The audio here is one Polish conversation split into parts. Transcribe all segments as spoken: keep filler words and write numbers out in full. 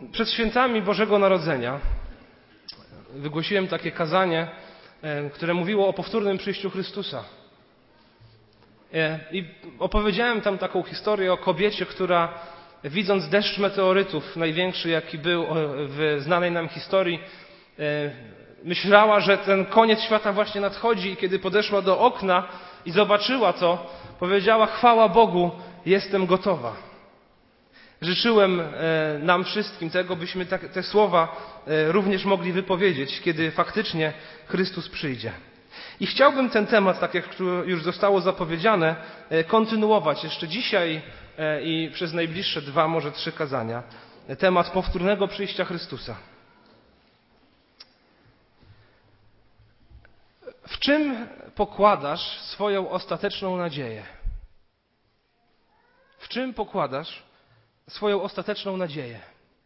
Przed świętami Bożego Narodzenia wygłosiłem takie kazanie, które mówiło o powtórnym przyjściu Chrystusa. I opowiedziałem tam taką historię o kobiecie, która widząc deszcz meteorytów, największy jaki był w znanej nam historii, myślała, że ten koniec świata właśnie nadchodzi i kiedy podeszła do okna i zobaczyła to, powiedziała: chwała Bogu, jestem gotowa. Życzyłem nam wszystkim tego, byśmy te słowa również mogli wypowiedzieć, kiedy faktycznie Chrystus przyjdzie. I chciałbym ten temat, tak jak już zostało zapowiedziane, kontynuować jeszcze dzisiaj i przez najbliższe dwa, może trzy kazania. Temat powtórnego przyjścia Chrystusa. W czym pokładasz swoją ostateczną nadzieję? W czym pokładasz swoją ostateczną nadzieję?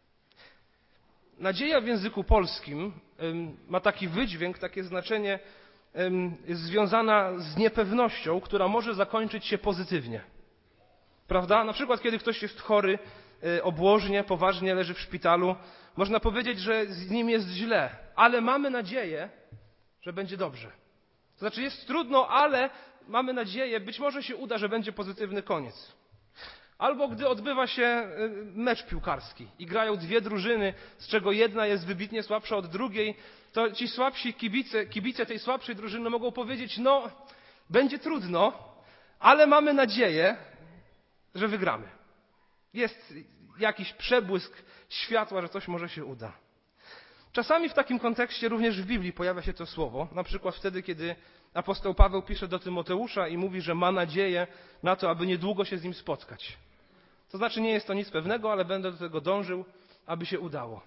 Nadzieja w języku polskim ma taki wydźwięk, takie znaczenie, jest związana z niepewnością, która może zakończyć się pozytywnie. Prawda? Na przykład, kiedy ktoś jest chory, obłożnie, poważnie leży w szpitalu, można powiedzieć, że z nim jest źle, ale mamy nadzieję, że będzie dobrze. To znaczy jest trudno, ale mamy nadzieję, być może się uda, że będzie pozytywny koniec. Albo gdy odbywa się mecz piłkarski i grają dwie drużyny, z czego jedna jest wybitnie słabsza od drugiej, to ci słabsi kibice, kibice tej słabszej drużyny mogą powiedzieć: no, będzie trudno, ale mamy nadzieję, że wygramy. Jest jakiś przebłysk światła, że coś może się uda. Czasami w takim kontekście również w Biblii pojawia się to słowo, na przykład wtedy, kiedy apostoł Paweł pisze do Tymoteusza i mówi, że ma nadzieję na to, aby niedługo się z nim spotkać. To znaczy nie jest to nic pewnego, ale będę do tego dążył, aby się udało.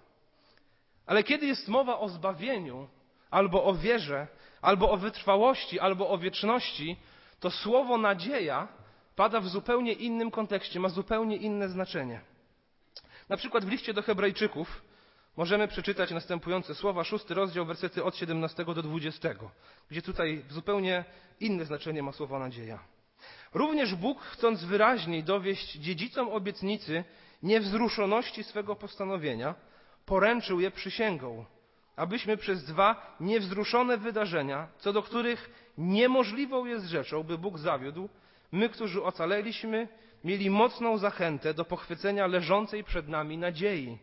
Ale kiedy jest mowa o zbawieniu, albo o wierze, albo o wytrwałości, albo o wieczności, to słowo nadzieja pada w zupełnie innym kontekście, ma zupełnie inne znaczenie. Na przykład w liście do Hebrajczyków możemy przeczytać następujące słowa, szósty rozdział, wersety od siedemnastego do dwudziestego, gdzie tutaj zupełnie inne znaczenie ma słowo nadzieja. Również Bóg, chcąc wyraźniej dowieść dziedzicom obietnicy niewzruszoności swego postanowienia, poręczył je przysięgą, abyśmy przez dwa niewzruszone wydarzenia, co do których niemożliwą jest rzeczą, by Bóg zawiódł, my, którzy ocaleliśmy, mieli mocną zachętę do pochwycenia leżącej przed nami nadziei.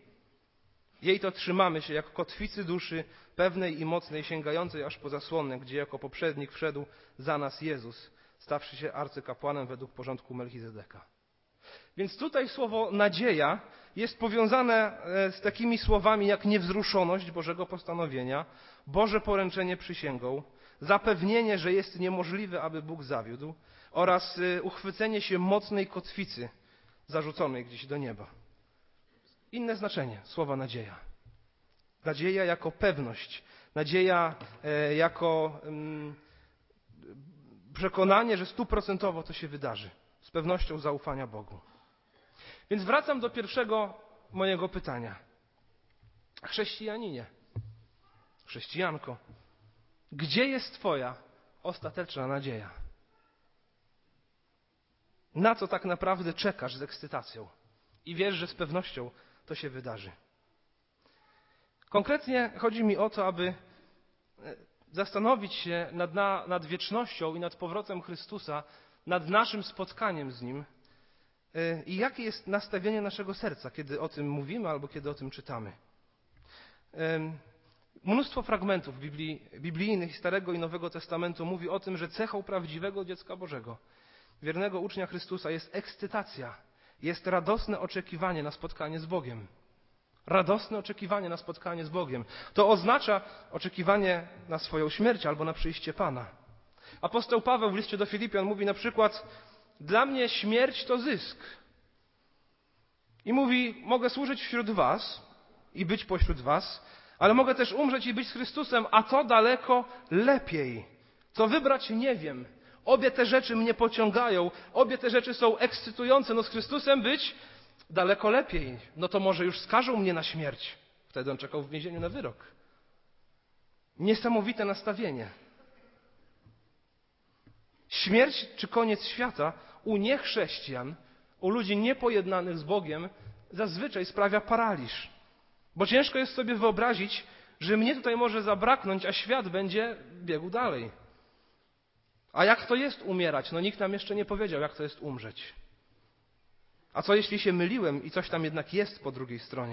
Jej to trzymamy się jak kotwicy duszy, pewnej i mocnej, sięgającej aż po zasłonę, gdzie jako poprzednik wszedł za nas Jezus, stawszy się arcykapłanem według porządku Melchizedeka. Więc tutaj słowo nadzieja jest powiązane z takimi słowami jak niewzruszoność Bożego postanowienia, Boże poręczenie przysięgą, zapewnienie, że jest niemożliwe, aby Bóg zawiódł, oraz uchwycenie się mocnej kotwicy zarzuconej gdzieś do nieba. Inne znaczenie słowa nadzieja. Nadzieja jako pewność, nadzieja jako przekonanie, że stuprocentowo to się wydarzy, z pewnością zaufania Bogu. Więc wracam do pierwszego mojego pytania. Chrześcijaninie, chrześcijanko, gdzie jest twoja ostateczna nadzieja? Na co tak naprawdę czekasz z ekscytacją i wiesz, że z pewnością to się wydarzy? Konkretnie chodzi mi o to, aby zastanowić się nad, na, nad wiecznością i nad powrotem Chrystusa, nad naszym spotkaniem z Nim i jakie jest nastawienie naszego serca, kiedy o tym mówimy albo kiedy o tym czytamy. Mnóstwo fragmentów Biblii, biblijnych Starego i Nowego Testamentu mówi o tym, że cechą prawdziwego dziecka Bożego, wiernego ucznia Chrystusa jest ekscytacja, jest radosne oczekiwanie na spotkanie z Bogiem. Radosne oczekiwanie na spotkanie z Bogiem. To oznacza oczekiwanie na swoją śmierć albo na przyjście Pana. Apostoł Paweł w liście do Filipian mówi na przykład: dla mnie śmierć to zysk. I mówi: mogę służyć wśród was i być pośród was, ale mogę też umrzeć i być z Chrystusem, a to daleko lepiej. Co wybrać, nie wiem. Obie te rzeczy mnie pociągają, obie te rzeczy są ekscytujące. No z Chrystusem być daleko lepiej. No to może już skażą mnie na śmierć. Wtedy on czekał w więzieniu na wyrok. Niesamowite nastawienie. Śmierć czy koniec świata u niechrześcijan, u ludzi niepojednanych z Bogiem zazwyczaj sprawia paraliż. Bo ciężko jest sobie wyobrazić, że mnie tutaj może zabraknąć, a świat będzie biegł dalej. A jak to jest umierać? No nikt nam jeszcze nie powiedział, jak to jest umrzeć. A co jeśli się myliłem i coś tam jednak jest po drugiej stronie?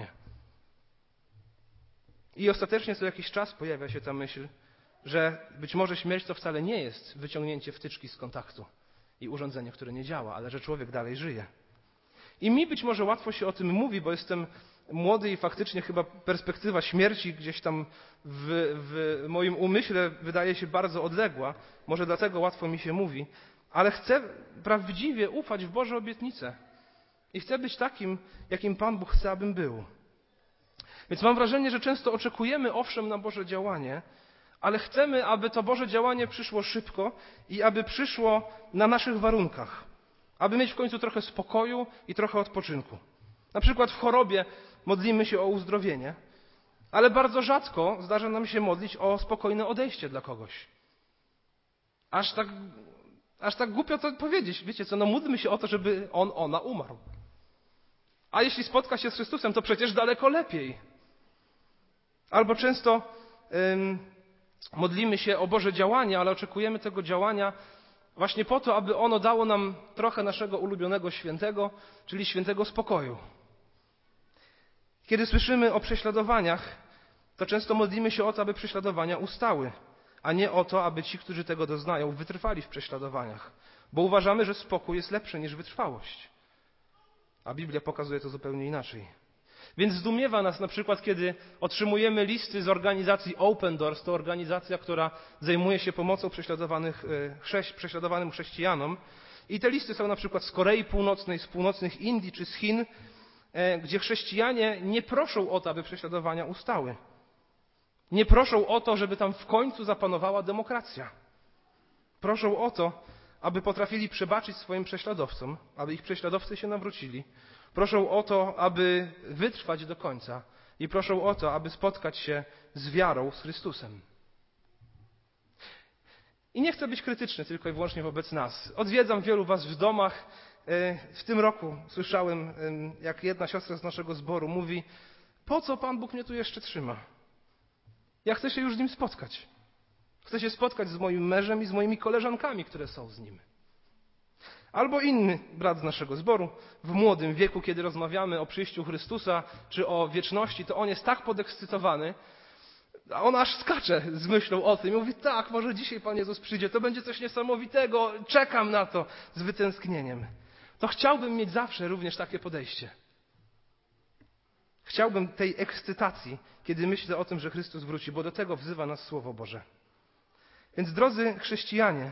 I ostatecznie co jakiś czas pojawia się ta myśl, że być może śmierć to wcale nie jest wyciągnięcie wtyczki z kontaktu i urządzenie, które nie działa, ale że człowiek dalej żyje. I mi być może łatwo się o tym mówi, bo jestem młody i faktycznie chyba perspektywa śmierci gdzieś tam w, w moim umyśle wydaje się bardzo odległa. Może dlatego łatwo mi się mówi, ale chcę prawdziwie ufać w Boże obietnice. I chcę być takim, jakim Pan Bóg chce, abym był. Więc mam wrażenie, że często oczekujemy owszem na Boże działanie, ale chcemy, aby to Boże działanie przyszło szybko i aby przyszło na naszych warunkach. Aby mieć w końcu trochę spokoju i trochę odpoczynku. Na przykład w chorobie modlimy się o uzdrowienie, ale bardzo rzadko zdarza nam się modlić o spokojne odejście dla kogoś. Aż tak, aż tak głupio to powiedzieć. Wiecie co, no módlmy się o to, żeby on, ona umarł. A jeśli spotka się z Chrystusem, to przecież daleko lepiej. Albo często ym, modlimy się o Boże działanie, ale oczekujemy tego działania właśnie po to, aby ono dało nam trochę naszego ulubionego świętego, czyli świętego spokoju. Kiedy słyszymy o prześladowaniach, to często modlimy się o to, aby prześladowania ustały, a nie o to, aby ci, którzy tego doznają, wytrwali w prześladowaniach, bo uważamy, że spokój jest lepszy niż wytrwałość. A Biblia pokazuje to zupełnie inaczej. Więc zdumiewa nas na przykład, kiedy otrzymujemy listy z organizacji Open Doors, to organizacja, która zajmuje się pomocą prześladowanych, chrześ, prześladowanym chrześcijanom. I te listy są na przykład z Korei Północnej, z północnych Indii czy z Chin, gdzie chrześcijanie nie proszą o to, aby prześladowania ustały. Nie proszą o to, żeby tam w końcu zapanowała demokracja. Proszą o to, aby potrafili przebaczyć swoim prześladowcom, aby ich prześladowcy się nawrócili. Proszą o to, aby wytrwać do końca i proszą o to, aby spotkać się z wiarą z Chrystusem. I nie chcę być krytyczny tylko i wyłącznie wobec nas. Odwiedzam wielu was w domach. W tym roku słyszałem, jak jedna siostra z naszego zboru mówi: po co Pan Bóg mnie tu jeszcze trzyma? Ja chcę się już z Nim spotkać. Chcę się spotkać z moim mężem i z moimi koleżankami, które są z Nim. Albo inny brat z naszego zboru, w młodym wieku, kiedy rozmawiamy o przyjściu Chrystusa czy o wieczności, to on jest tak podekscytowany, a on aż skacze z myślą o tym i mówi: tak, może dzisiaj Pan Jezus przyjdzie, to będzie coś niesamowitego, czekam na to z wytęsknieniem. To chciałbym mieć zawsze również takie podejście. Chciałbym tej ekscytacji, kiedy myślę o tym, że Chrystus wróci, bo do tego wzywa nas Słowo Boże. Więc drodzy chrześcijanie,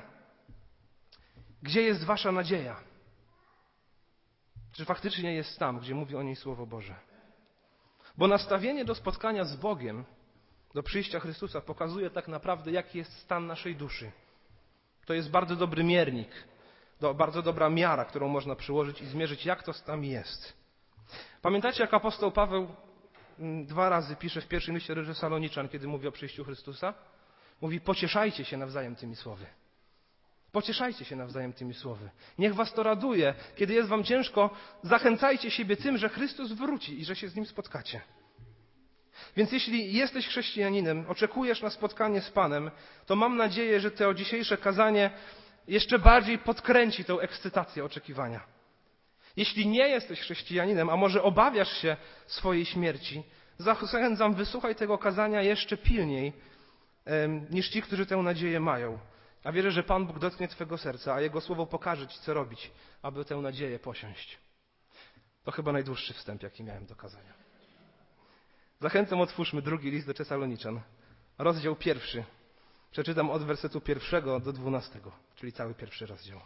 gdzie jest wasza nadzieja? Czy faktycznie jest tam, gdzie mówi o niej Słowo Boże? Bo nastawienie do spotkania z Bogiem, do przyjścia Chrystusa pokazuje tak naprawdę, jaki jest stan naszej duszy. To jest bardzo dobry miernik, do, bardzo dobra miara, którą można przyłożyć i zmierzyć, jak to z nami jest. Pamiętacie, jak apostoł Paweł dwa razy pisze w pierwszym liście do Saloniczan, kiedy mówi o przyjściu Chrystusa? Mówi: pocieszajcie się nawzajem tymi słowy. Pocieszajcie się nawzajem tymi słowy. Niech was to raduje. Kiedy jest wam ciężko, zachęcajcie siebie tym, że Chrystus wróci i że się z Nim spotkacie. Więc jeśli jesteś chrześcijaninem, oczekujesz na spotkanie z Panem, to mam nadzieję, że to dzisiejsze kazanie jeszcze bardziej podkręci tę ekscytację oczekiwania. Jeśli nie jesteś chrześcijaninem, a może obawiasz się swojej śmierci, zachęcam, wysłuchaj tego kazania jeszcze pilniej niż ci, którzy tę nadzieję mają. A wierzę, że Pan Bóg dotknie twego serca, a Jego Słowo pokaże ci, co robić, aby tę nadzieję posiąść. To chyba najdłuższy wstęp, jaki miałem do kazania. Zachęcam, otwórzmy drugi list do Tesaloniczan, rozdział pierwszy. Przeczytam od wersetu pierwszego do dwunastego, czyli cały pierwszy rozdział.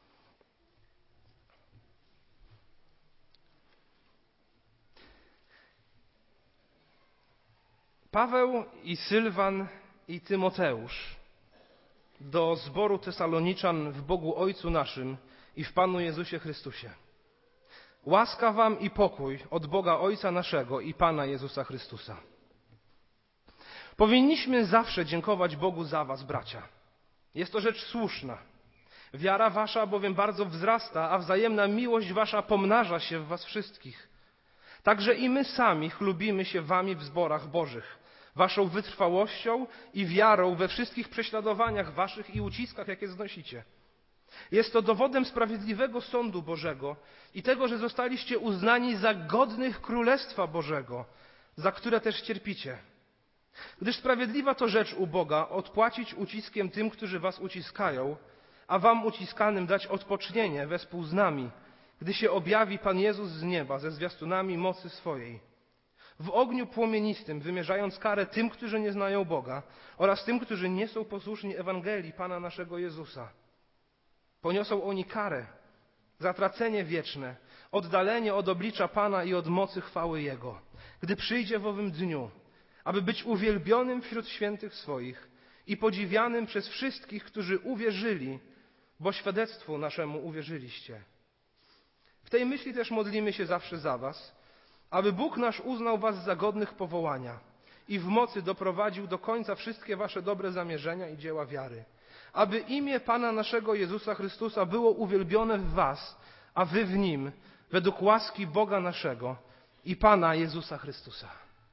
Paweł i Sylwan i Tymoteusz do zboru Tesaloniczan w Bogu Ojcu naszym i w Panu Jezusie Chrystusie. Łaska wam i pokój od Boga Ojca naszego i Pana Jezusa Chrystusa. Powinniśmy zawsze dziękować Bogu za was, bracia. Jest to rzecz słuszna. Wiara wasza bowiem bardzo wzrasta, a wzajemna miłość wasza pomnaża się w was wszystkich. Także i my sami chlubimy się wami w zborach bożych, waszą wytrwałością i wiarą we wszystkich prześladowaniach waszych i uciskach, jakie znosicie. Jest to dowodem sprawiedliwego sądu Bożego i tego, że zostaliście uznani za godnych Królestwa Bożego, za które też cierpicie. Gdyż sprawiedliwa to rzecz u Boga odpłacić uciskiem tym, którzy was uciskają, a wam uciskanym dać odpocznienie wespół z nami, gdy się objawi Pan Jezus z nieba ze zwiastunami mocy swojej. W ogniu płomienistym, wymierzając karę tym, którzy nie znają Boga oraz tym, którzy nie są posłuszni Ewangelii Pana naszego Jezusa. Poniosą oni karę, zatracenie wieczne, oddalenie od oblicza Pana i od mocy chwały Jego, gdy przyjdzie w owym dniu, aby być uwielbionym wśród świętych swoich i podziwianym przez wszystkich, którzy uwierzyli, bo świadectwu naszemu uwierzyliście. W tej myśli też modlimy się zawsze za was, aby Bóg nasz uznał was za godnych powołania i w mocy doprowadził do końca wszystkie wasze dobre zamierzenia i dzieła wiary. Aby imię Pana naszego Jezusa Chrystusa było uwielbione w was, a wy w Nim, według łaski Boga naszego i Pana Jezusa Chrystusa.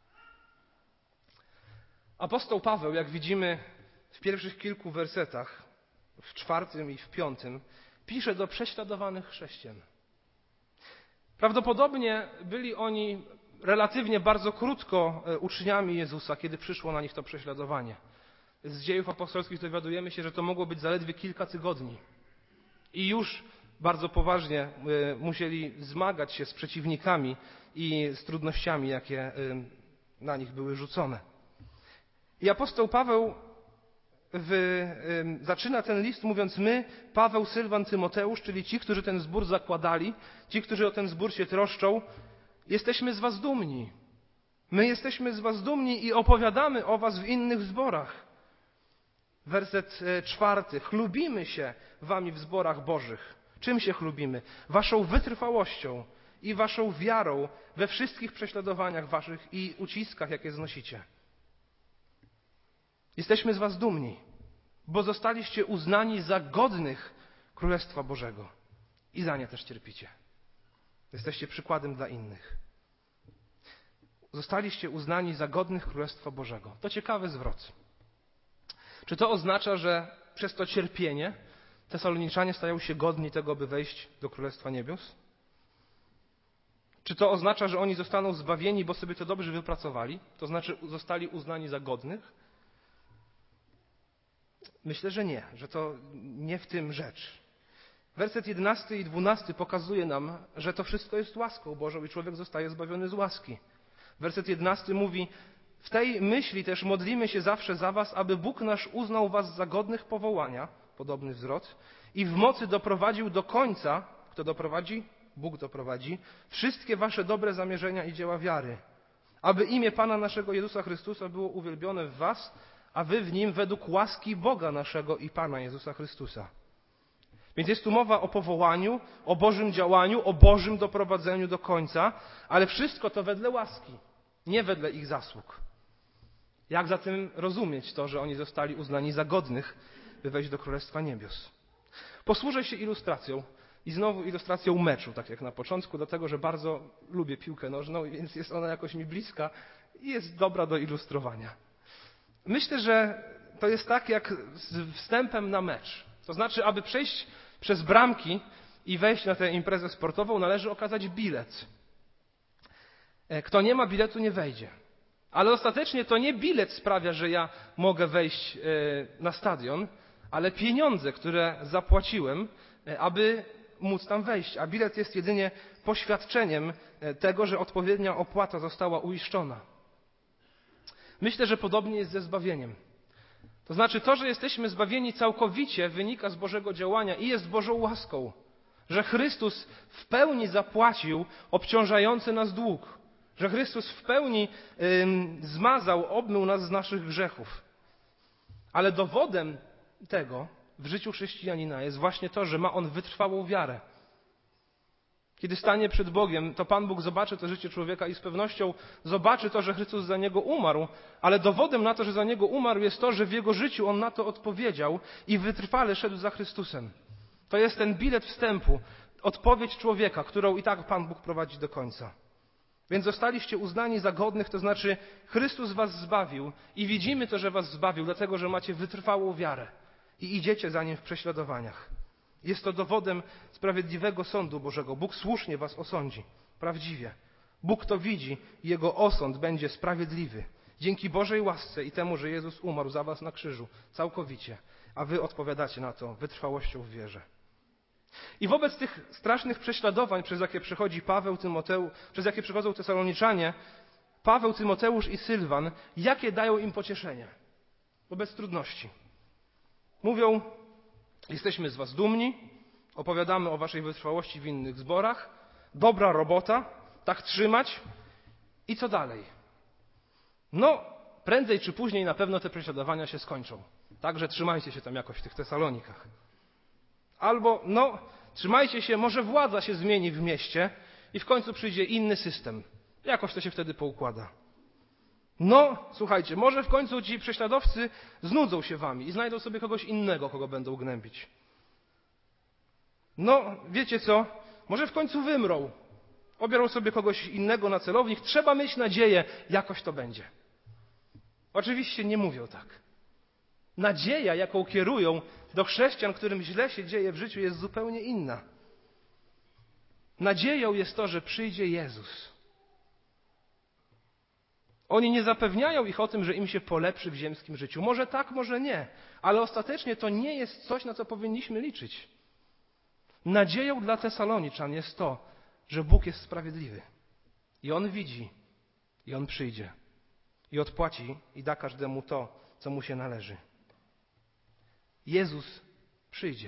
Apostoł Paweł, jak widzimy w pierwszych kilku wersetach, w czwartym i w piątym, pisze do prześladowanych chrześcijan. Prawdopodobnie byli oni relatywnie bardzo krótko uczniami Jezusa, kiedy przyszło na nich to prześladowanie. Z dziejów apostolskich dowiadujemy się, że to mogło być zaledwie kilka tygodni. I już bardzo poważnie musieli zmagać się z przeciwnikami i z trudnościami, jakie na nich były rzucone. I apostoł Paweł w, zaczyna ten list mówiąc: my, Paweł, Sylwan, Tymoteusz, czyli ci, którzy ten zbór zakładali, ci, którzy o ten zbór się troszczą, jesteśmy z was dumni. My jesteśmy z was dumni i opowiadamy o was w innych zborach. Werset czwarty. Chlubimy się wami w zborach bożych. Czym się chlubimy? Waszą wytrwałością i waszą wiarą we wszystkich prześladowaniach waszych i uciskach, jakie znosicie. Jesteśmy z was dumni, bo zostaliście uznani za godnych Królestwa Bożego i za nie też cierpicie. Jesteście przykładem dla innych. Zostaliście uznani za godnych Królestwa Bożego. To ciekawy zwrot. Czy to oznacza, że przez to cierpienie Tesaloniczanie stają się godni tego, by wejść do Królestwa Niebios? Czy to oznacza, że oni zostaną zbawieni, bo sobie to dobrze wypracowali? To znaczy zostali uznani za godnych? Myślę, że nie, że to nie w tym rzecz. Werset jedenasty i dwunasty pokazuje nam, że to wszystko jest łaską Bożą i człowiek zostaje zbawiony z łaski. Werset jedenasty mówi: w tej myśli też modlimy się zawsze za was, aby Bóg nasz uznał was za godnych powołania, podobny zwrot, i w mocy doprowadził do końca, kto doprowadzi? Bóg doprowadzi, wszystkie wasze dobre zamierzenia i dzieła wiary, aby imię Pana naszego Jezusa Chrystusa było uwielbione w was, a wy w Nim według łaski Boga naszego i Pana Jezusa Chrystusa. Więc jest tu mowa o powołaniu, o Bożym działaniu, o Bożym doprowadzeniu do końca, ale wszystko to wedle łaski, nie wedle ich zasług. Jak zatem rozumieć to, że oni zostali uznani za godnych, by wejść do Królestwa Niebios? Posłużę się ilustracją i znowu ilustracją meczu, tak jak na początku, dlatego że bardzo lubię piłkę nożną, więc jest ona jakoś mi bliska i jest dobra do ilustrowania. Myślę, że to jest tak jak z wstępem na mecz. To znaczy, aby przejść przez bramki i wejść na tę imprezę sportową, należy okazać bilet. Kto nie ma biletu, nie wejdzie. Ale ostatecznie to nie bilet sprawia, że ja mogę wejść na stadion, ale pieniądze, które zapłaciłem, aby móc tam wejść. A bilet jest jedynie poświadczeniem tego, że odpowiednia opłata została uiszczona. Myślę, że podobnie jest ze zbawieniem. To znaczy to, że jesteśmy zbawieni całkowicie, wynika z Bożego działania i jest Bożą łaską. Że Chrystus w pełni zapłacił obciążający nas dług. Że Chrystus w pełni ym, zmazał, obmył nas z naszych grzechów. Ale dowodem tego w życiu chrześcijanina jest właśnie to, że ma on wytrwałą wiarę. Kiedy stanie przed Bogiem, to Pan Bóg zobaczy to życie człowieka i z pewnością zobaczy to, że Chrystus za niego umarł, ale dowodem na to, że za niego umarł, jest to, że w jego życiu on na to odpowiedział i wytrwale szedł za Chrystusem. To jest ten bilet wstępu, odpowiedź człowieka, którą i tak Pan Bóg prowadzi do końca. Więc zostaliście uznani za godnych, to znaczy Chrystus was zbawił i widzimy to, że was zbawił, dlatego że macie wytrwałą wiarę i idziecie za Nim w prześladowaniach. Jest to dowodem sprawiedliwego sądu Bożego. Bóg słusznie was osądzi, prawdziwie. Bóg to widzi i Jego osąd będzie sprawiedliwy. Dzięki Bożej łasce i temu, że Jezus umarł za was na krzyżu całkowicie, a wy odpowiadacie na to wytrwałością w wierze. I wobec tych strasznych prześladowań, przez jakie przechodzi Paweł, Tymoteusz, przez jakie przechodzą Tesaloniczanie, Paweł, Tymoteusz i Sylwan, jakie dają im pocieszenie wobec trudności. Mówią, jesteśmy z was dumni, opowiadamy o waszej wytrwałości w innych zborach, dobra robota, tak trzymać i co dalej? No, prędzej czy później na pewno te prześladowania się skończą. Także trzymajcie się tam jakoś w tych Tesalonikach. Albo, no, trzymajcie się, może władza się zmieni w mieście i w końcu przyjdzie inny system. Jakoś to się wtedy poukłada. No, słuchajcie, może w końcu ci prześladowcy znudzą się wami i znajdą sobie kogoś innego, kogo będą gnębić. No, wiecie co, może w końcu wymrą. Obiorą sobie kogoś innego na celownik. Trzeba mieć nadzieję, jakoś to będzie. Oczywiście nie mówią tak. Nadzieja, jaką kierują do chrześcijan, którym źle się dzieje w życiu, jest zupełnie inna. Nadzieją jest to, że przyjdzie Jezus. Oni nie zapewniają ich o tym, że im się polepszy w ziemskim życiu. Może tak, może nie. Ale ostatecznie to nie jest coś, na co powinniśmy liczyć. Nadzieją dla Tesaloniczan jest to, że Bóg jest sprawiedliwy. I On widzi. I On przyjdzie. I odpłaci i da każdemu to, co mu się należy. Jezus przyjdzie.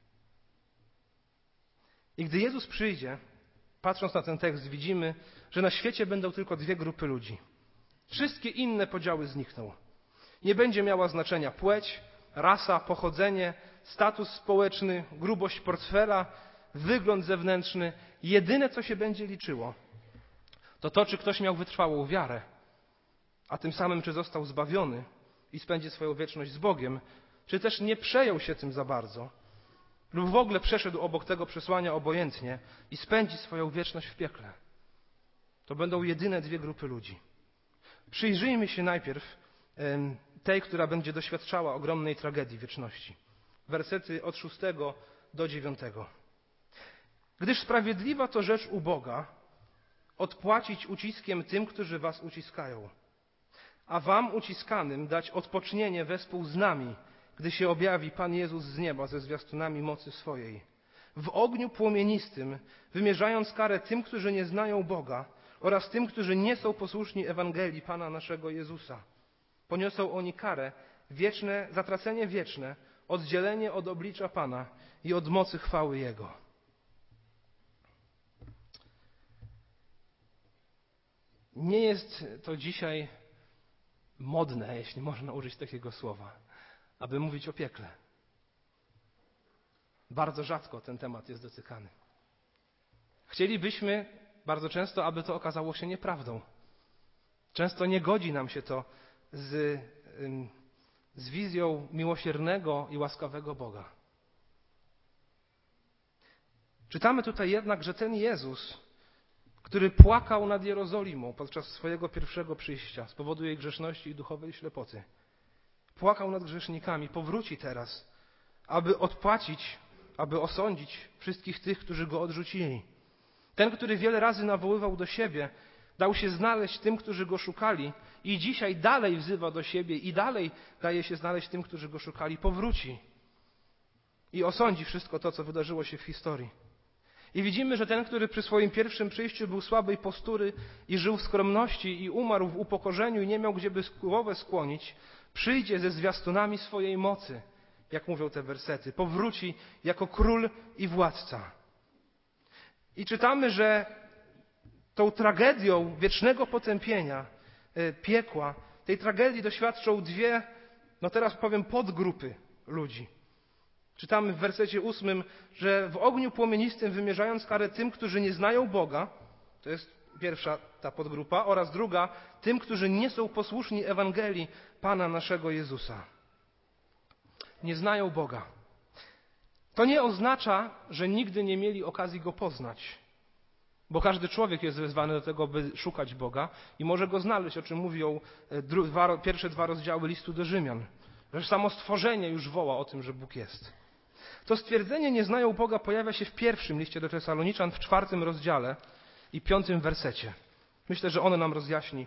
I gdy Jezus przyjdzie, patrząc na ten tekst, widzimy, że na świecie będą tylko dwie grupy ludzi. Wszystkie inne podziały znikną. Nie będzie miała znaczenia płeć, rasa, pochodzenie, status społeczny, grubość portfela, wygląd zewnętrzny. Jedyne, co się będzie liczyło, to to, czy ktoś miał wytrwałą wiarę, a tym samym, czy został zbawiony i spędzi swoją wieczność z Bogiem, czy też nie przejął się tym za bardzo lub w ogóle przeszedł obok tego przesłania obojętnie i spędzi swoją wieczność w piekle. To będą jedyne dwie grupy ludzi. Przyjrzyjmy się najpierw tej, która będzie doświadczała ogromnej tragedii wieczności. Wersety od szóstego do dziewiątego. Gdyż sprawiedliwa to rzecz u Boga odpłacić uciskiem tym, którzy was uciskają, a wam uciskanym dać odpocznienie wespół z nami, gdy się objawi Pan Jezus z nieba ze zwiastunami mocy swojej. W ogniu płomienistym, wymierzając karę tym, którzy nie znają Boga oraz tym, którzy nie są posłuszni Ewangelii Pana naszego Jezusa. Poniosą oni karę, wieczne, zatracenie wieczne, oddzielenie od oblicza Pana i od mocy chwały Jego. Nie jest to dzisiaj modne, jeśli można użyć takiego słowa, aby mówić o piekle. Bardzo rzadko ten temat jest dotykany. Chcielibyśmy bardzo często, aby to okazało się nieprawdą. Często nie godzi nam się to z, z wizją miłosiernego i łaskawego Boga. Czytamy tutaj jednak, że ten Jezus, który płakał nad Jerozolimą podczas swojego pierwszego przyjścia z powodu jej grzeszności i duchowej ślepoty, płakał nad grzesznikami, powróci teraz, aby odpłacić, aby osądzić wszystkich tych, którzy Go odrzucili. Ten, który wiele razy nawoływał do siebie, dał się znaleźć tym, którzy Go szukali i dzisiaj dalej wzywa do siebie i dalej daje się znaleźć tym, którzy Go szukali. Powróci i osądzi wszystko to, co wydarzyło się w historii. I widzimy, że ten, który przy swoim pierwszym przyjściu był słabej postury i żył w skromności i umarł w upokorzeniu i nie miał gdzieby głowę skłonić, przyjdzie ze zwiastunami swojej mocy, jak mówią te wersety. Powróci jako król i władca. I czytamy, że tą tragedią wiecznego potępienia, piekła, tej tragedii doświadczą dwie, no teraz powiem, podgrupy ludzi. Czytamy w wersecie ósmym, że w ogniu płomienistym wymierzając karę tym, którzy nie znają Boga, to jest pierwsza ta podgrupa, oraz druga, tym, którzy nie są posłuszni Ewangelii Pana naszego Jezusa. Nie znają Boga. To nie oznacza, że nigdy nie mieli okazji Go poznać. Bo każdy człowiek jest wezwany do tego, by szukać Boga i może Go znaleźć, o czym mówią dru, dwa, pierwsze dwa rozdziały listu do Rzymian. Że samo stworzenie już woła o tym, że Bóg jest. To stwierdzenie nie znają Boga pojawia się w pierwszym liście do Tesaloniczan w czwartym rozdziale i piątym wersecie. Myślę, że ono nam rozjaśni,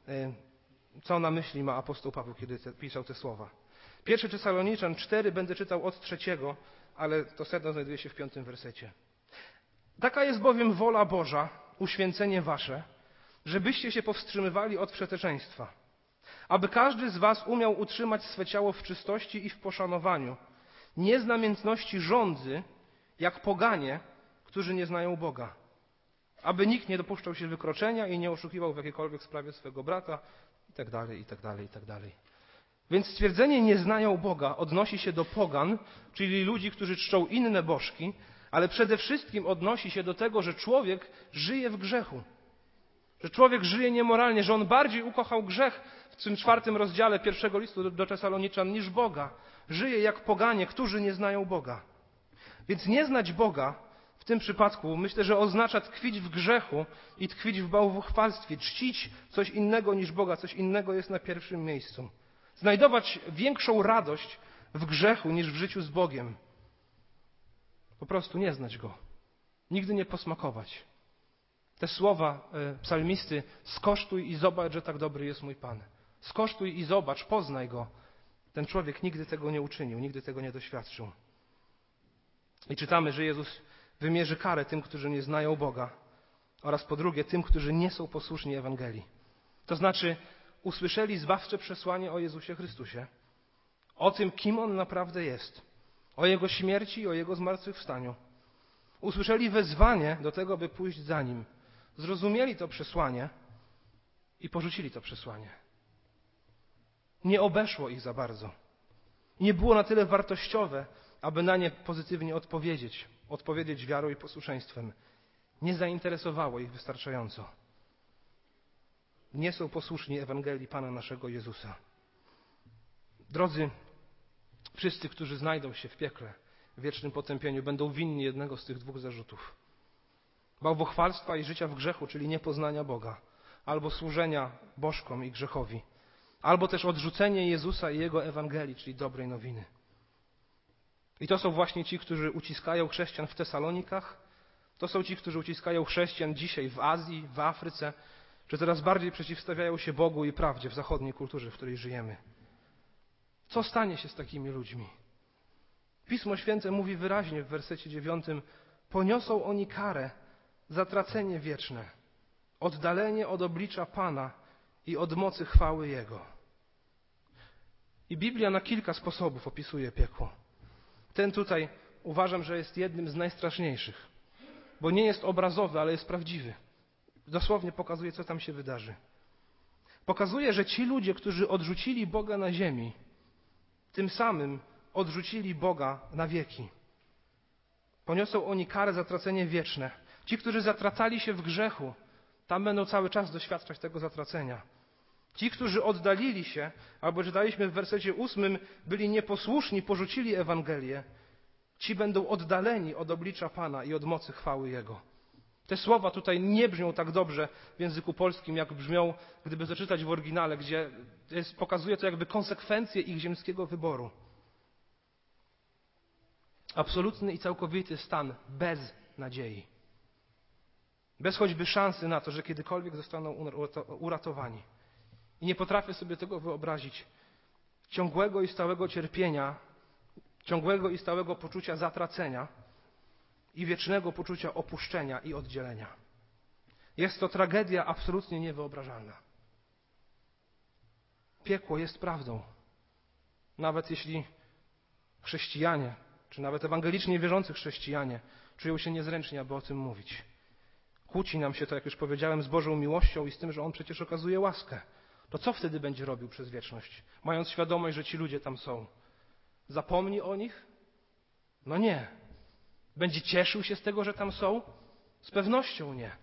co na myśli ma apostoł Paweł, kiedy te, pisał te słowa. Pierwszy Tesaloniczan cztery będę czytał od trzeciego, ale to sedno znajduje się w piątym wersecie. Taka jest bowiem wola Boża, uświęcenie wasze, żebyście się powstrzymywali od przeteczeństwa, aby każdy z was umiał utrzymać swe ciało w czystości i w poszanowaniu, nie z namiętności żądzy, jak poganie, którzy nie znają Boga, aby nikt nie dopuszczał się wykroczenia i nie oszukiwał w jakiejkolwiek sprawie swego brata, i tak dalej, i tak dalej, i tak dalej. Więc stwierdzenie nie znają Boga odnosi się do pogan, czyli ludzi, którzy czczą inne bożki, ale przede wszystkim odnosi się do tego, że człowiek żyje w grzechu. Że człowiek żyje niemoralnie, że on bardziej ukochał grzech w tym czwartym rozdziale pierwszego listu do Tesaloniczan niż Boga. Żyje jak poganie, którzy nie znają Boga. Więc nie znać Boga w tym przypadku myślę, że oznacza tkwić w grzechu i tkwić w bałwochwalstwie, czcić coś innego niż Boga, coś innego jest na pierwszym miejscu. Znajdować większą radość w grzechu niż w życiu z Bogiem. Po prostu nie znać Go. Nigdy nie posmakować. Te słowa psalmisty, skosztuj i zobacz, że tak dobry jest mój Pan. Skosztuj i zobacz, poznaj Go. Ten człowiek nigdy tego nie uczynił, nigdy tego nie doświadczył. I czytamy, że Jezus wymierzy karę tym, którzy nie znają Boga oraz po drugie tym, którzy nie są posłuszni Ewangelii. To znaczy usłyszeli zbawcze przesłanie o Jezusie Chrystusie, o tym, kim On naprawdę jest, o Jego śmierci i o Jego zmartwychwstaniu. Usłyszeli wezwanie do tego, by pójść za Nim. Zrozumieli to przesłanie i porzucili to przesłanie. Nie obeszło ich za bardzo. Nie było na tyle wartościowe, aby na nie pozytywnie odpowiedzieć, odpowiedzieć wiarą i posłuszeństwem. Nie zainteresowało ich wystarczająco. Nie są posłuszni Ewangelii Pana naszego Jezusa. Drodzy, wszyscy, którzy znajdą się w piekle, w wiecznym potępieniu, będą winni jednego z tych dwóch zarzutów. Bałwochwalstwa i życia w grzechu, czyli niepoznania Boga, albo służenia bożkom i grzechowi, albo też odrzucenie Jezusa i Jego Ewangelii, czyli dobrej nowiny. I to są właśnie ci, którzy uciskają chrześcijan w Tesalonikach, to są ci, którzy uciskają chrześcijan dzisiaj w Azji, w Afryce, czy coraz bardziej przeciwstawiają się Bogu i prawdzie w zachodniej kulturze, w której żyjemy. Co stanie się z takimi ludźmi? Pismo Święte mówi wyraźnie w wersecie dziewiątym: poniosą oni karę, zatracenie wieczne, oddalenie od oblicza Pana i od mocy chwały Jego. I Biblia na kilka sposobów opisuje piekło. Ten tutaj uważam, że jest jednym z najstraszniejszych, bo nie jest obrazowy, ale jest prawdziwy. Dosłownie pokazuje, co tam się wydarzy. Pokazuje, że ci ludzie, którzy odrzucili Boga na ziemi, tym samym odrzucili Boga na wieki. Poniosą oni karę, zatracenie wieczne. Ci, którzy zatracali się w grzechu, tam będą cały czas doświadczać tego zatracenia. Ci, którzy oddalili się, albo czytaliśmy w wersecie ósmym, byli nieposłuszni, porzucili Ewangelię, ci będą oddaleni od oblicza Pana i od mocy chwały Jego. Te słowa tutaj nie brzmią tak dobrze w języku polskim, jak brzmią, gdyby zaczytać w oryginale, gdzie jest, pokazuje to jakby konsekwencje ich ziemskiego wyboru. Absolutny i całkowity stan bez nadziei. Bez choćby szansy na to, że kiedykolwiek zostaną uratowani. I nie potrafię sobie tego wyobrazić. Ciągłego i stałego cierpienia, ciągłego i stałego poczucia zatracenia i wiecznego poczucia opuszczenia i oddzielenia. Jest to tragedia absolutnie niewyobrażalna. Piekło jest prawdą. Nawet jeśli chrześcijanie, czy nawet ewangelicznie wierzący chrześcijanie czują się niezręcznie, aby o tym mówić. Kłóci nam się to, jak już powiedziałem, z Bożą miłością i z tym, że On przecież okazuje łaskę. To co wtedy będzie robił przez wieczność, mając świadomość, że ci ludzie tam są? Zapomni o nich? No nie. Będzie cieszył się z tego, że tam są? Z pewnością nie.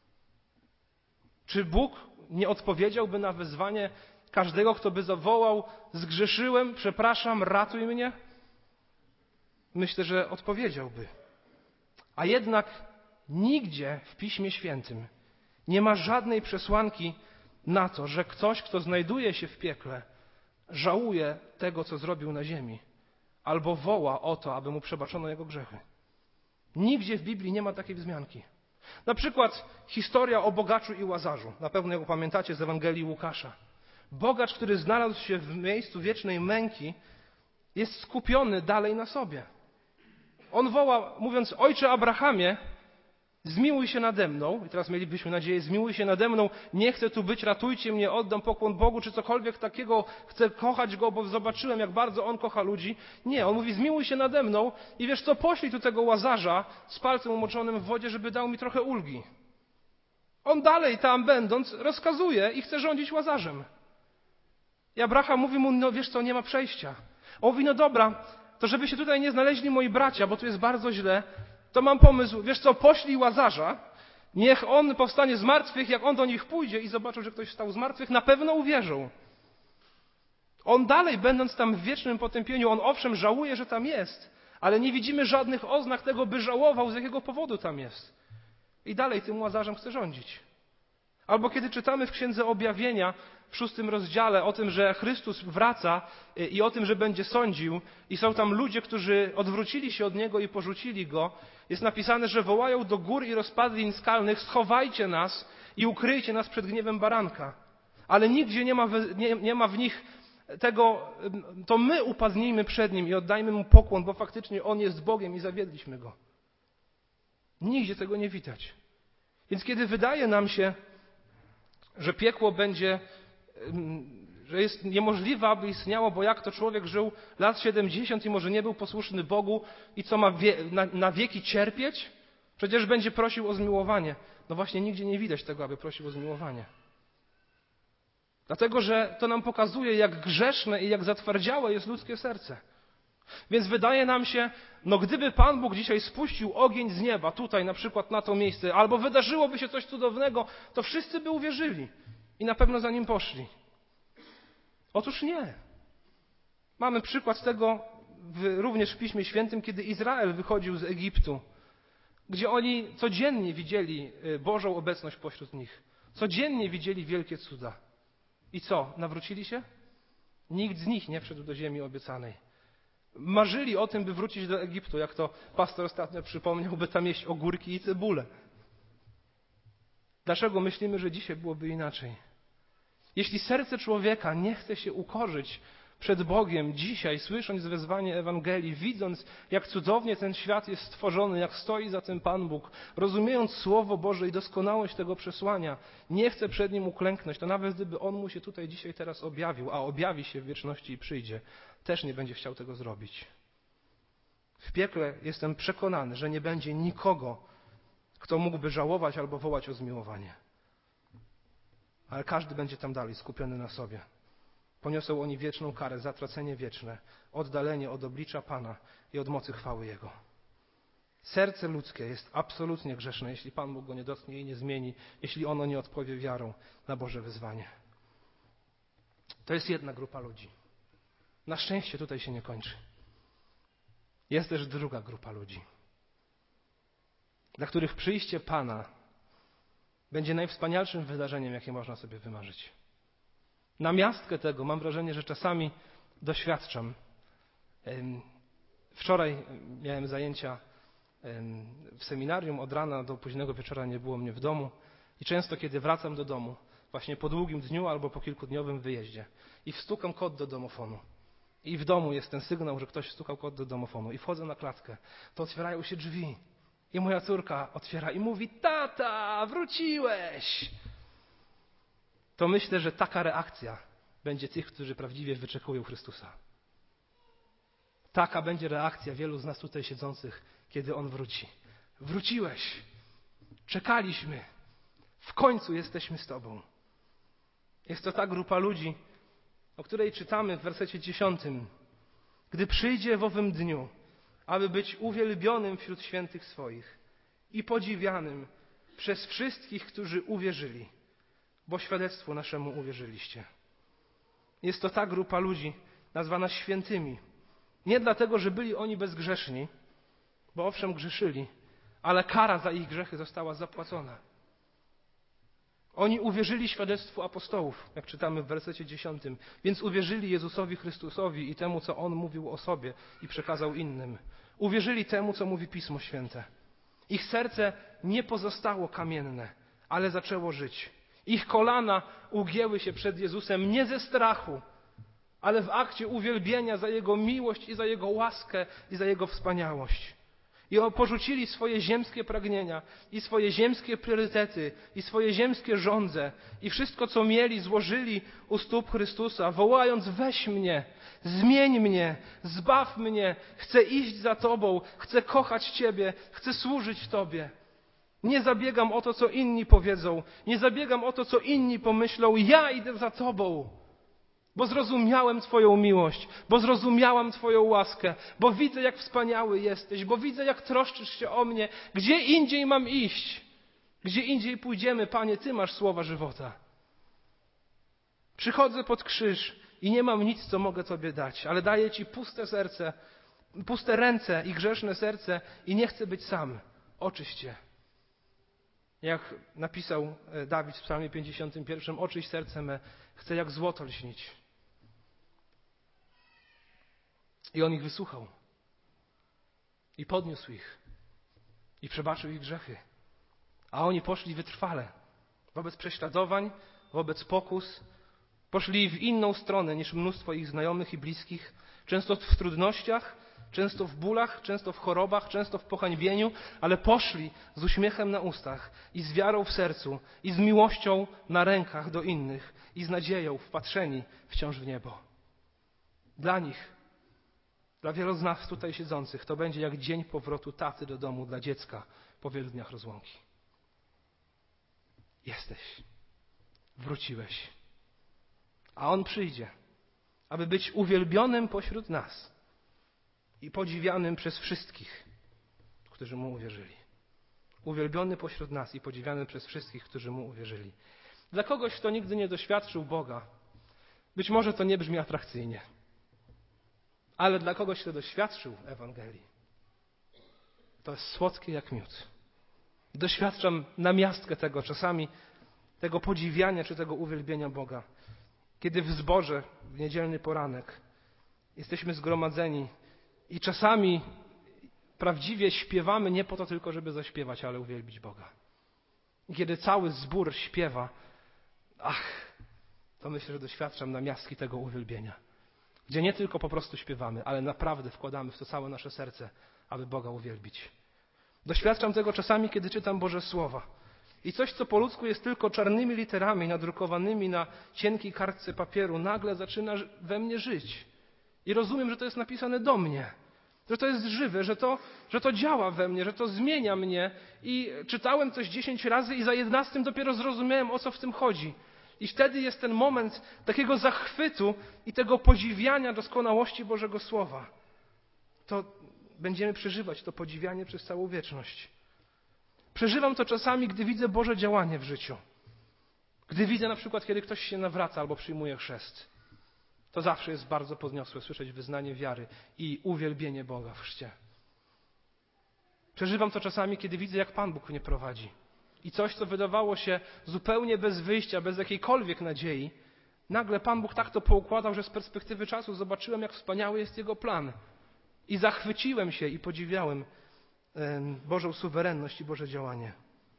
Czy Bóg nie odpowiedziałby na wezwanie każdego, kto by zawołał: zgrzeszyłem, przepraszam, ratuj mnie? Myślę, że odpowiedziałby. A jednak Nigdzie w Piśmie Świętym nie ma żadnej przesłanki na to, że ktoś, kto znajduje się w piekle, żałuje tego, co zrobił na ziemi, albo woła o to, aby mu przebaczono jego grzechy. Nigdzie w Biblii nie ma takiej wzmianki. Na przykład historia o bogaczu i Łazarzu. Na pewno ją pamiętacie z Ewangelii Łukasza. Bogacz, który znalazł się w miejscu wiecznej męki, jest skupiony dalej na sobie. On woła, mówiąc: Ojcze Abrahamie, zmiłuj się nade mną. I teraz mielibyśmy nadzieję: zmiłuj się nade mną, nie chcę tu być, ratujcie mnie, oddam pokłon Bogu, czy cokolwiek takiego, chcę kochać Go, bo zobaczyłem, jak bardzo On kocha ludzi. Nie, On mówi: zmiłuj się nade mną i wiesz co, poślij tu tego Łazarza z palcem umoczonym w wodzie, żeby dał mi trochę ulgi. On dalej tam będąc rozkazuje i chce rządzić Łazarzem. I Abraham mówi mu: no wiesz co, nie ma przejścia. On mówi: no dobra, to żeby się tutaj nie znaleźli moi bracia, bo tu jest bardzo źle, to mam pomysł, wiesz co, poślij Łazarza, niech on powstanie z martwych, jak on do nich pójdzie i zobaczą, że ktoś wstał z martwych, na pewno uwierzą. On dalej, będąc tam w wiecznym potępieniu, on owszem żałuje, że tam jest, ale nie widzimy żadnych oznak tego, by żałował, z jakiego powodu tam jest. I dalej tym Łazarzem chce rządzić. Albo kiedy czytamy w Księdze Objawienia w szóstym rozdziale o tym, że Chrystus wraca i o tym, że będzie sądził, i są tam ludzie, którzy odwrócili się od Niego i porzucili Go, jest napisane, że wołają do gór i rozpadlin skalnych: schowajcie nas i ukryjcie nas przed gniewem baranka. Ale nigdzie nie ma, w, nie, nie ma w nich tego, to my upadnijmy przed Nim i oddajmy Mu pokłon, bo faktycznie On jest Bogiem i zawiedliśmy Go. Nigdzie tego nie widać. Więc kiedy wydaje nam się, że piekło będzie, że jest niemożliwe, aby istniało, bo jak to człowiek żył lat siedemdziesiąt i może nie był posłuszny Bogu i co ma wie, na, na wieki cierpieć? Przecież będzie prosił o zmiłowanie. No właśnie nigdzie nie widać tego, aby prosił o zmiłowanie. Dlatego, że to nam pokazuje, jak grzeszne i jak zatwardziałe jest ludzkie serce. Więc wydaje nam się, no gdyby Pan Bóg dzisiaj spuścił ogień z nieba, tutaj na przykład na to miejsce, albo wydarzyłoby się coś cudownego, to wszyscy by uwierzyli i na pewno za Nim poszli. Otóż nie. Mamy przykład tego w, również w Piśmie Świętym, kiedy Izrael wychodził z Egiptu, gdzie oni codziennie widzieli Bożą obecność pośród nich. Codziennie widzieli wielkie cuda. I co? Nawrócili się? Nikt z nich nie wszedł do ziemi obiecanej. Marzyli o tym, by wrócić do Egiptu, jak to pastor ostatnio przypomniał, by tam jeść ogórki i cebulę. Dlaczego myślimy, że dzisiaj byłoby inaczej? Jeśli serce człowieka nie chce się ukorzyć przed Bogiem dzisiaj, słysząc wezwanie Ewangelii, widząc, jak cudownie ten świat jest stworzony, jak stoi za tym Pan Bóg, rozumiejąc Słowo Boże i doskonałość tego przesłania, nie chce przed Nim uklęknąć, to nawet gdyby On mu się tutaj dzisiaj teraz objawił, a objawi się w wieczności i przyjdzie, też nie będzie chciał tego zrobić. W piekle jestem przekonany, że nie będzie nikogo, kto mógłby żałować albo wołać o zmiłowanie. Ale każdy będzie tam dalej skupiony na sobie. Poniosą oni wieczną karę, zatracenie wieczne, oddalenie od oblicza Pana i od mocy chwały Jego. Serce ludzkie jest absolutnie grzeszne, jeśli Pan Bóg go nie dotknie i nie zmieni, jeśli ono nie odpowie wiarą na Boże wyzwanie. To jest jedna grupa ludzi. Na szczęście tutaj się nie kończy. Jest też druga grupa ludzi, dla których przyjście Pana będzie najwspanialszym wydarzeniem, jakie można sobie wymarzyć. Na miastkę tego mam wrażenie, że czasami doświadczam. Wczoraj miałem zajęcia w seminarium, od rana do późnego wieczora nie było mnie w domu i często, kiedy wracam do domu, właśnie po długim dniu albo po kilkudniowym wyjeździe i wstukam kod do domofonu i w domu jest ten sygnał, że ktoś wstukał kod do domofonu i wchodzę na klatkę, to otwierają się drzwi i moja córka otwiera i mówi: tata, wróciłeś! To myślę, że taka reakcja będzie tych, którzy prawdziwie wyczekują Chrystusa. Taka będzie reakcja wielu z nas tutaj siedzących, kiedy On wróci. Wróciłeś! Czekaliśmy! W końcu jesteśmy z Tobą. Jest to ta grupa ludzi, o której czytamy w wersecie dziesiątym. Gdy przyjdzie w owym dniu, aby być uwielbionym wśród świętych swoich i podziwianym przez wszystkich, którzy uwierzyli, bo świadectwu naszemu uwierzyliście. Jest to ta grupa ludzi nazwana świętymi. Nie dlatego, że byli oni bezgrzeszni, bo owszem grzeszyli, ale kara za ich grzechy została zapłacona. Oni uwierzyli świadectwu apostołów, jak czytamy w wersecie dziesiątym, więc uwierzyli Jezusowi Chrystusowi i temu, co On mówił o sobie i przekazał innym. Uwierzyli temu, co mówi Pismo Święte. Ich serce nie pozostało kamienne, ale zaczęło żyć. Ich kolana ugięły się przed Jezusem nie ze strachu, ale w akcie uwielbienia za Jego miłość i za Jego łaskę i za Jego wspaniałość. I porzucili swoje ziemskie pragnienia i swoje ziemskie priorytety i swoje ziemskie żądze i wszystko, co mieli, złożyli u stóp Chrystusa, wołając: weź mnie, zmień mnie, zbaw mnie, chcę iść za Tobą, chcę kochać Ciebie, chcę służyć Tobie. Nie zabiegam o to, co inni powiedzą, nie zabiegam o to, co inni pomyślą, ja idę za Tobą. Bo zrozumiałem Twoją miłość, bo zrozumiałam Twoją łaskę, bo widzę, jak wspaniały jesteś, bo widzę, jak troszczysz się o mnie. Gdzie indziej mam iść? Gdzie indziej pójdziemy, Panie, Ty masz słowa żywota. Przychodzę pod krzyż i nie mam nic, co mogę Tobie dać, ale daję Ci puste serce, puste ręce i grzeszne serce i nie chcę być sam. Oczyść je. Jak napisał Dawid w psalmie pięćdziesiątym pierwszym, oczyść serce me, chcę jak złoto lśnić. I On ich wysłuchał. I podniósł ich. I przebaczył ich grzechy. A oni poszli wytrwale. Wobec prześladowań, wobec pokus. Poszli w inną stronę niż mnóstwo ich znajomych i bliskich. Często w trudnościach, często w bólach, często w chorobach, często w pohańbieniu, ale poszli z uśmiechem na ustach i z wiarą w sercu i z miłością na rękach do innych i z nadzieją wpatrzeni wciąż w niebo. Dla nich, dla wielu z nas tutaj siedzących, to będzie jak dzień powrotu taty do domu dla dziecka po wielu dniach rozłąki. Jesteś. Wróciłeś. A On przyjdzie, aby być uwielbionym pośród nas i podziwianym przez wszystkich, którzy Mu uwierzyli. Uwielbiony pośród nas i podziwiany przez wszystkich, którzy Mu uwierzyli. Dla kogoś, kto nigdy nie doświadczył Boga, być może to nie brzmi atrakcyjnie, ale dla kogoś, kto doświadczył Ewangelii, to jest słodkie jak miód. Doświadczam namiastkę tego czasami, tego podziwiania czy tego uwielbienia Boga. Kiedy w zborze, w niedzielny poranek, jesteśmy zgromadzeni i czasami prawdziwie śpiewamy nie po to tylko, żeby zaśpiewać, ale uwielbić Boga. I kiedy cały zbór śpiewa, ach, to myślę, że doświadczam namiastki tego uwielbienia. Gdzie nie tylko po prostu śpiewamy, ale naprawdę wkładamy w to całe nasze serce, aby Boga uwielbić. Doświadczam tego czasami, kiedy czytam Boże Słowa. I coś, co po ludzku jest tylko czarnymi literami nadrukowanymi na cienkiej kartce papieru, nagle zaczyna we mnie żyć. I rozumiem, że to jest napisane do mnie. Że to jest żywe, że to, że to działa we mnie, że to zmienia mnie. I czytałem coś dziesięć razy i za jedenastym dopiero zrozumiałem, o co w tym chodzi. I wtedy jest ten moment takiego zachwytu i tego podziwiania doskonałości Bożego Słowa. To będziemy przeżywać to podziwianie przez całą wieczność. Przeżywam to czasami, gdy widzę Boże działanie w życiu. Gdy widzę na przykład, kiedy ktoś się nawraca albo przyjmuje chrzest. To zawsze jest bardzo podniosłe słyszeć wyznanie wiary i uwielbienie Boga w chrzcie. Przeżywam to czasami, kiedy widzę, jak Pan Bóg mnie prowadzi. I coś, co wydawało się zupełnie bez wyjścia, bez jakiejkolwiek nadziei, nagle Pan Bóg tak to poukładał, że z perspektywy czasu zobaczyłem, jak wspaniały jest Jego plan. I zachwyciłem się i podziwiałem Bożą suwerenność i Boże działanie.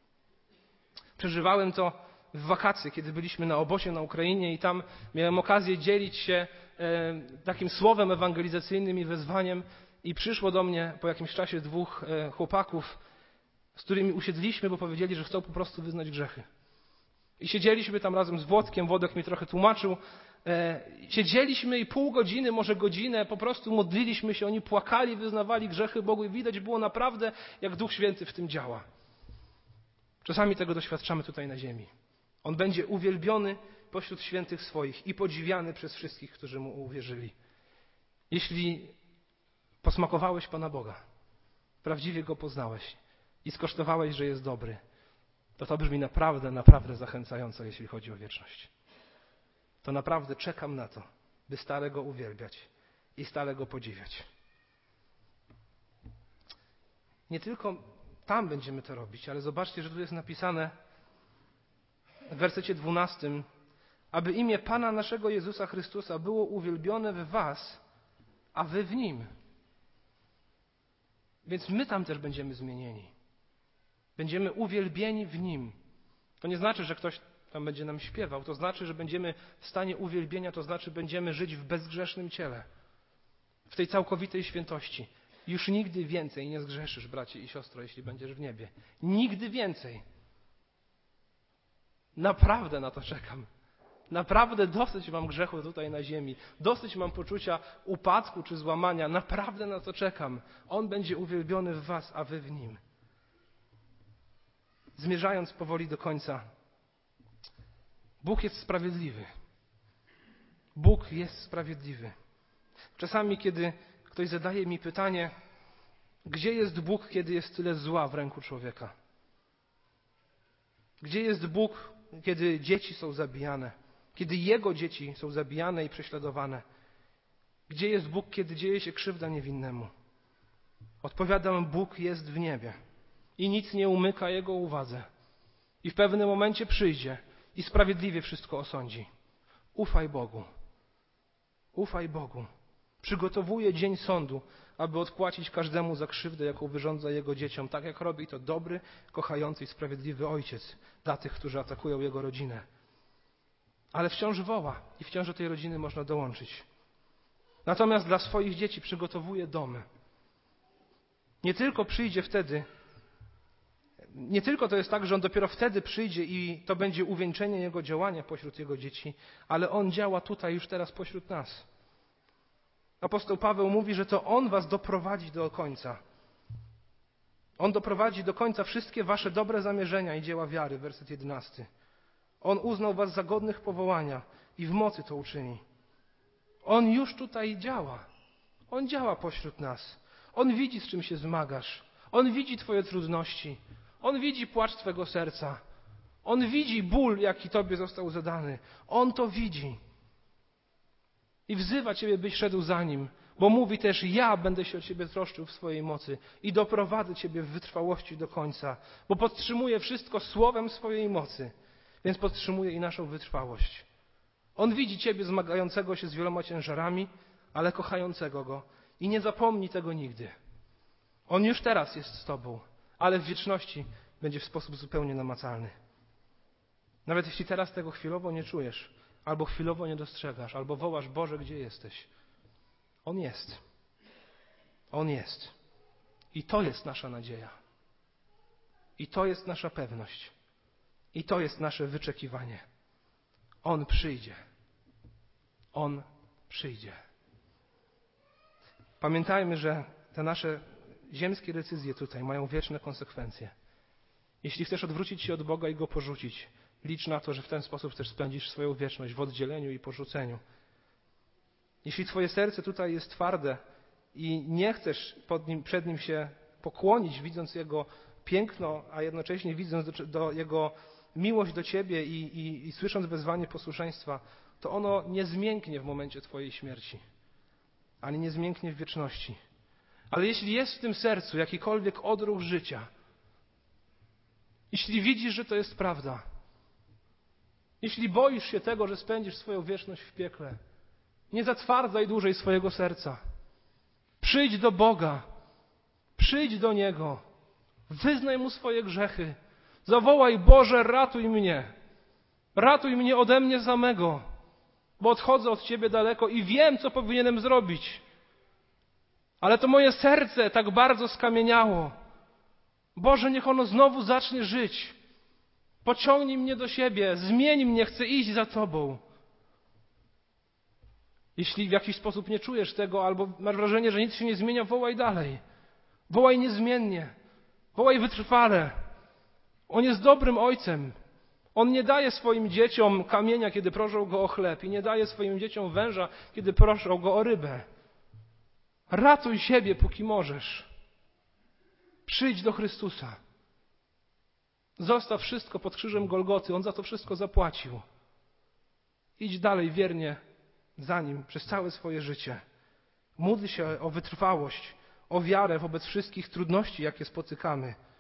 Przeżywałem to w wakacje, kiedy byliśmy na obozie na Ukrainie i tam miałem okazję dzielić się takim słowem ewangelizacyjnym i wezwaniem i przyszło do mnie po jakimś czasie dwóch chłopaków, z którymi usiedliśmy, bo powiedzieli, że chcą po prostu wyznać grzechy. I siedzieliśmy tam razem z Włodkiem, Włodek mi trochę tłumaczył. Siedzieliśmy i pół godziny, może godzinę, po prostu modliliśmy się, oni płakali, wyznawali grzechy Bogu i widać było naprawdę, jak Duch Święty w tym działa. Czasami tego doświadczamy tutaj na ziemi. On będzie uwielbiony pośród świętych swoich i podziwiany przez wszystkich, którzy Mu uwierzyli. Jeśli posmakowałeś Pana Boga, prawdziwie Go poznałeś i skosztowałeś, że jest dobry, to to brzmi naprawdę, naprawdę zachęcająco, jeśli chodzi o wieczność. To naprawdę czekam na to, by stale Go uwielbiać i stale Go podziwiać. Nie tylko Tam będziemy to robić, ale zobaczcie, że tu jest napisane w wersecie dwunastym, aby imię Pana naszego Jezusa Chrystusa było uwielbione w was, a wy w Nim. Więc my tam też będziemy zmienieni. Będziemy uwielbieni w Nim. To nie znaczy, że ktoś tam będzie nam śpiewał. To znaczy, że będziemy w stanie uwielbienia, to znaczy będziemy żyć w bezgrzesznym ciele. W tej całkowitej świętości. Już nigdy więcej nie zgrzeszysz, bracie i siostro, jeśli będziesz w niebie. Nigdy więcej. Naprawdę na to czekam. Naprawdę dosyć mam grzechu tutaj na ziemi. Dosyć mam poczucia upadku czy złamania. Naprawdę na to czekam. On będzie uwielbiony w was, a wy w Nim. Zmierzając powoli do końca. Bóg jest sprawiedliwy. Bóg jest sprawiedliwy. Czasami, kiedy ktoś zadaje mi pytanie, gdzie jest Bóg, kiedy jest tyle zła w ręku człowieka? Gdzie jest Bóg, kiedy dzieci są zabijane? Kiedy Jego dzieci są zabijane i prześladowane? Gdzie jest Bóg, kiedy dzieje się krzywda niewinnemu? Odpowiadam, Bóg jest w niebie i nic nie umyka Jego uwadze. I w pewnym momencie przyjdzie i sprawiedliwie wszystko osądzi. Ufaj Bogu. Ufaj Bogu. Przygotowuje dzień sądu, aby odpłacić każdemu za krzywdę, jaką wyrządza Jego dzieciom, tak jak robi to dobry, kochający i sprawiedliwy Ojciec dla tych, którzy atakują Jego rodzinę. Ale wciąż woła i wciąż do tej rodziny można dołączyć. Natomiast dla swoich dzieci przygotowuje domy. Nie tylko przyjdzie wtedy, nie tylko to jest tak, że On dopiero wtedy przyjdzie i to będzie uwieńczenie Jego działania pośród Jego dzieci, ale On działa tutaj już teraz pośród nas. Apostoł Paweł mówi, że to On was doprowadzi do końca. On doprowadzi do końca wszystkie wasze dobre zamierzenia i dzieła wiary, werset jedenasty. On uznał was za godnych powołania i w mocy to uczyni. On już tutaj działa. On działa pośród nas. On widzi, z czym się zmagasz. On widzi twoje trudności. On widzi płacz twego serca. On widzi ból, jaki tobie został zadany. On to widzi. I wzywa ciebie, byś szedł za Nim, bo mówi też, ja będę się o ciebie troszczył w swojej mocy i doprowadzę ciebie w wytrwałości do końca, bo podtrzymuję wszystko słowem swojej mocy, więc podtrzymuję i naszą wytrwałość. On widzi ciebie zmagającego się z wieloma ciężarami, ale kochającego Go i nie zapomni tego nigdy. On już teraz jest z tobą, ale w wieczności będzie w sposób zupełnie namacalny. Nawet jeśli teraz tego chwilowo nie czujesz, albo chwilowo nie dostrzegasz, albo wołasz, Boże, gdzie jesteś? On jest. On jest. I to jest nasza nadzieja. I to jest nasza pewność. I to jest nasze wyczekiwanie. On przyjdzie. On przyjdzie. Pamiętajmy, że te nasze ziemskie decyzje tutaj mają wieczne konsekwencje. Jeśli chcesz odwrócić się od Boga i Go porzucić, licz na to, że w ten sposób też spędzisz swoją wieczność w oddzieleniu i porzuceniu. Jeśli twoje serce tutaj jest twarde i nie chcesz pod nim, przed Nim się pokłonić, widząc Jego piękno, a jednocześnie widząc do, do Jego miłość do ciebie i, i, i słysząc wezwanie posłuszeństwa, to ono nie zmięknie w momencie twojej śmierci, ani nie zmięknie w wieczności. Ale jeśli jest w tym sercu jakikolwiek odruch życia, jeśli widzisz, że to jest prawda, jeśli boisz się tego, że spędzisz swoją wieczność w piekle, nie zatwardzaj dłużej swojego serca. Przyjdź do Boga. Przyjdź do Niego. Wyznaj Mu swoje grzechy. Zawołaj, Boże, ratuj mnie. Ratuj mnie ode mnie samego, bo odchodzę od Ciebie daleko i wiem, co powinienem zrobić. Ale to moje serce tak bardzo skamieniało. Boże, niech ono znowu zacznie żyć. Pociągnij mnie do siebie, zmień mnie, chcę iść za Tobą. Jeśli w jakiś sposób nie czujesz tego, albo masz wrażenie, że nic się nie zmienia, wołaj dalej. Wołaj niezmiennie. Wołaj wytrwale. On jest dobrym ojcem. On nie daje swoim dzieciom kamienia, kiedy proszą go o chleb, i nie daje swoim dzieciom węża, kiedy proszą go o rybę. Ratuj siebie, póki możesz. Przyjdź do Chrystusa. Zostaw wszystko pod krzyżem Golgoty. On za to wszystko zapłacił. Idź dalej wiernie za Nim przez całe swoje życie. Módl się o wytrwałość, o wiarę wobec wszystkich trudności, jakie spotykamy.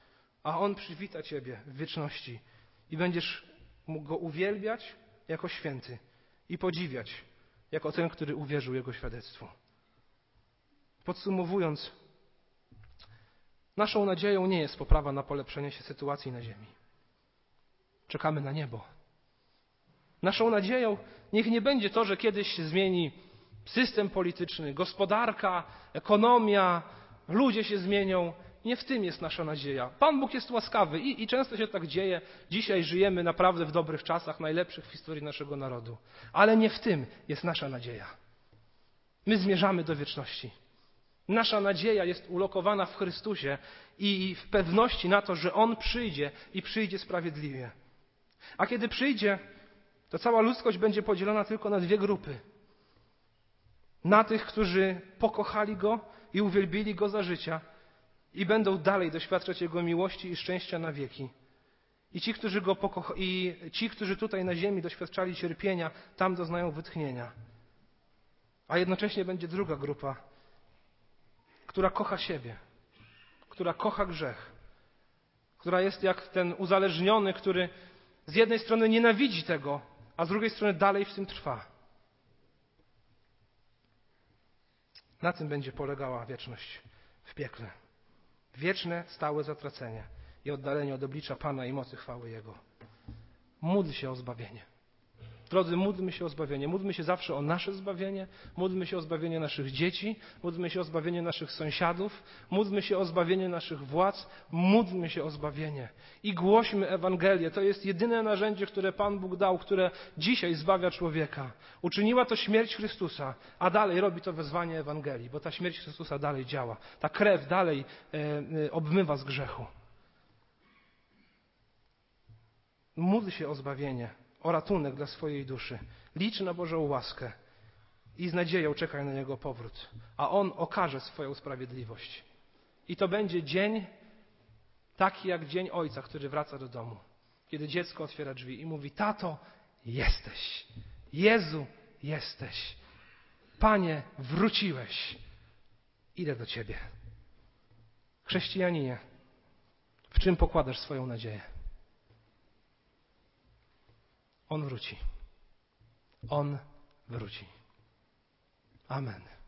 a On przywita ciebie w wieczności i będziesz mógł Go uwielbiać jako święty i podziwiać jako ten, który uwierzył Jego świadectwu. Podsumowując, naszą nadzieją nie jest poprawa na polepszenie się sytuacji na ziemi. Czekamy na niebo. Naszą nadzieją niech nie będzie to, że kiedyś się zmieni system polityczny, gospodarka, ekonomia, ludzie się zmienią. Nie w tym jest nasza nadzieja. Pan Bóg jest łaskawy i, i często się tak dzieje. Dzisiaj żyjemy naprawdę w dobrych czasach, najlepszych w historii naszego narodu. Ale nie w tym jest nasza nadzieja. My zmierzamy do wieczności. Nasza nadzieja jest ulokowana w Chrystusie i w pewności na to, że On przyjdzie i przyjdzie sprawiedliwie. A kiedy przyjdzie, to cała ludzkość będzie podzielona tylko na dwie grupy. Na tych, którzy pokochali Go i uwielbili Go za życia i będą dalej doświadczać Jego miłości i szczęścia na wieki. I ci, którzy Go pokocha- i ci, którzy tutaj na ziemi doświadczali cierpienia, tam doznają wytchnienia. A jednocześnie będzie druga grupa, która kocha siebie, która kocha grzech, która jest jak ten uzależniony, który z jednej strony nienawidzi tego, a z drugiej strony dalej w tym trwa. Na tym będzie polegała wieczność w piekle. Wieczne, stałe zatracenie i oddalenie od oblicza Pana i mocy chwały Jego. Módl się o zbawienie. Drodzy, módlmy się o zbawienie. Módlmy się zawsze o nasze zbawienie. Módlmy się o zbawienie naszych dzieci. Módlmy się o zbawienie naszych sąsiadów. Módlmy się o zbawienie naszych władz. Módlmy się o zbawienie. I głośmy Ewangelię. To jest jedyne narzędzie, które Pan Bóg dał, które dzisiaj zbawia człowieka. Uczyniła to śmierć Chrystusa, a dalej robi to wezwanie Ewangelii, bo ta śmierć Chrystusa dalej działa. Ta krew dalej e, e, obmywa z grzechu. Módl się o zbawienie, o ratunek dla swojej duszy. Licz na Bożą łaskę i z nadzieją czekaj na Jego powrót, a On okaże swoją sprawiedliwość. I to będzie dzień taki jak dzień ojca, który wraca do domu, kiedy dziecko otwiera drzwi i mówi: tato, jesteś. Jezu, jesteś. Panie, wróciłeś. Idę do Ciebie. Chrześcijaninie, w czym pokładasz swoją nadzieję? On wróci. On wróci. Amen.